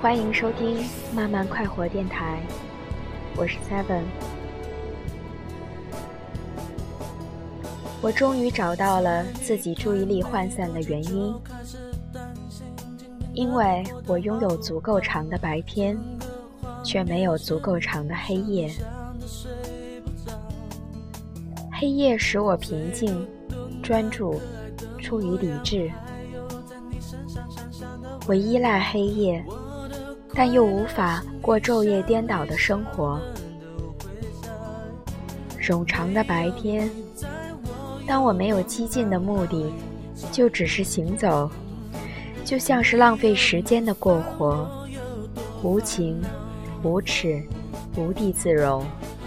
欢迎收听慢慢快活电台，我是 Seven。我终于找到了自己注意力涣散的原因，因为我拥有足够长的白天，却没有足够长的黑夜。黑夜使我平静、专注、出于理智。我依赖黑夜，但又无法过昼夜颠倒的生活。冗长的白天，当我没有激进的目的，就只是行走，就像是浪费时间的过活，无情、无耻、无地自容。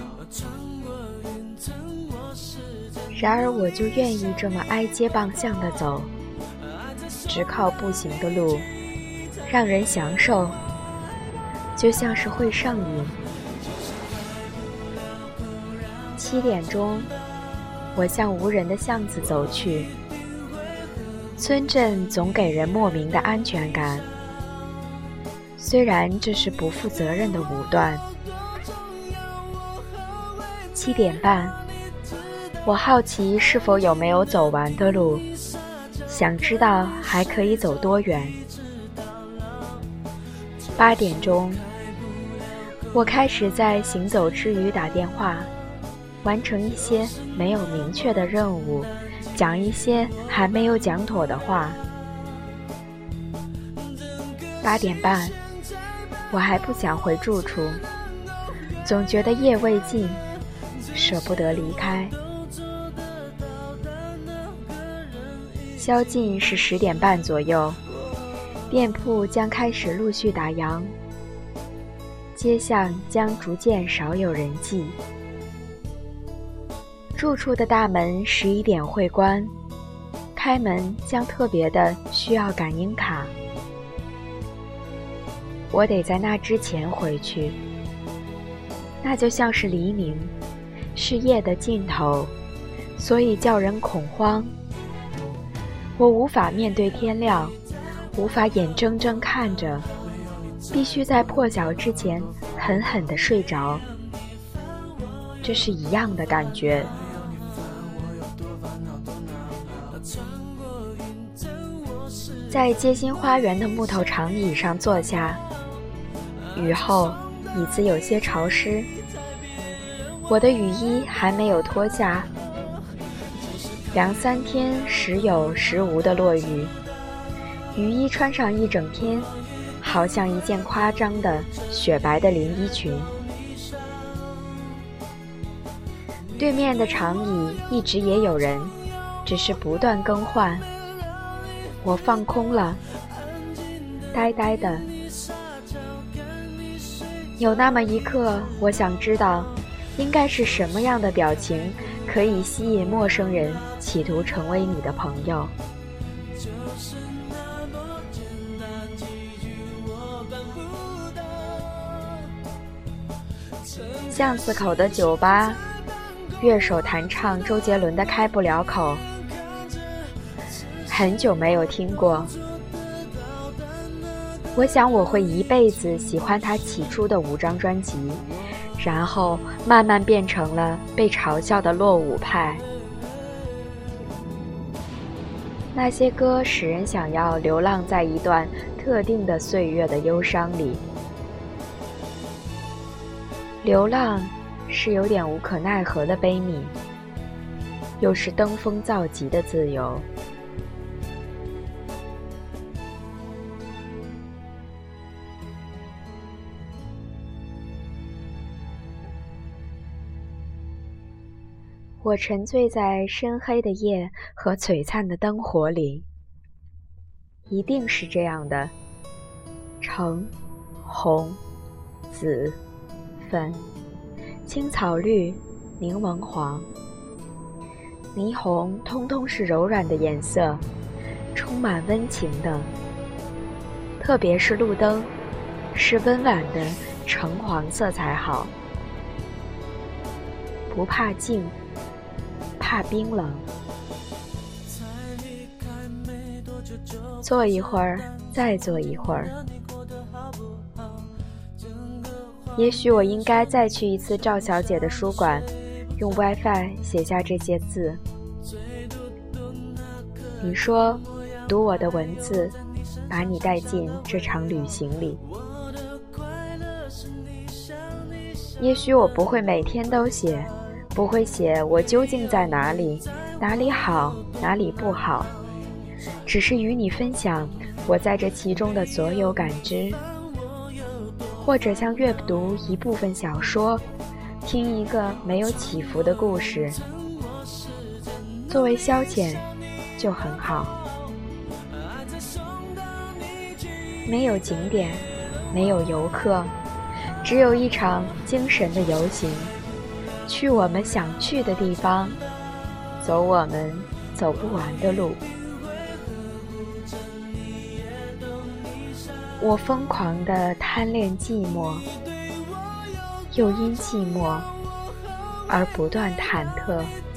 然而我就愿意这么挨街傍巷地走，只靠步行的路，让人享受，就像是会上瘾。7点钟，我向无人的巷子走去。村镇总给人莫名的安全感，虽然这是不负责任的武断。7点半，我好奇是否有没有走完的路，想知道还可以走多远。8点钟，我开始在行走之余打电话，完成一些没有明确的任务，讲一些还没有讲妥的话。8点半，我还不想回住处，总觉得夜未尽，舍不得离开。宵禁是10点半左右，店铺将开始陆续打烊，街巷将逐渐少有人迹。住处的大门11点会关，开门将特别的需要感应卡。我得在那之前回去，那就像是黎明，是夜的尽头，所以叫人恐慌。我无法面对天亮，无法眼睁睁看着，必须在破晓之前狠狠地睡着。这是一样的感觉。在街心花园的木头长椅上坐下，雨后椅子有些潮湿，我的雨衣还没有脱下。2、3天时有时无的落雨，雨衣穿上一整天，好像一件夸张的雪白的连衣裙。对面的长椅一直也有人，只是不断更换。我放空了，呆呆的。有那么一刻，我想知道，应该是什么样的表情可以吸引陌生人企图成为你的朋友。巷子口的酒吧，乐手弹唱周杰伦的《开不了口》，很久没有听过。我想我会一辈子喜欢他起初的5张专辑，然后慢慢变成了被嘲笑的落伍派。那些歌使人想要流浪在一段特定的岁月的忧伤里。流浪是有点无可奈何的悲悯，又是登峰造极的自由。我沉醉在深黑的夜和璀璨的灯火里，一定是这样的。橙、红、紫、粉、青草绿、柠檬黄、霓虹，通通是柔软的颜色，充满温情的。特别是路灯，是温婉的橙黄色才好。不怕静，怕冰冷。坐一会儿，再坐一会儿， 也许我应该再去一次赵小姐的书馆，用 WiFi 写下这些字。你说，读我的文字，把你带进这场旅行里。也许我不会每天都写，不会写我究竟在哪里，哪里好，哪里不好，只是与你分享我在这其中的所有感知，或者像阅读一部分小说，听一个没有起伏的故事，作为消遣就很好。没有景点，没有游客，只有一场精神的游行，去我们想去的地方，走我们走不完的路。我疯狂地贪恋寂寞，又因寂寞而不断忐忑。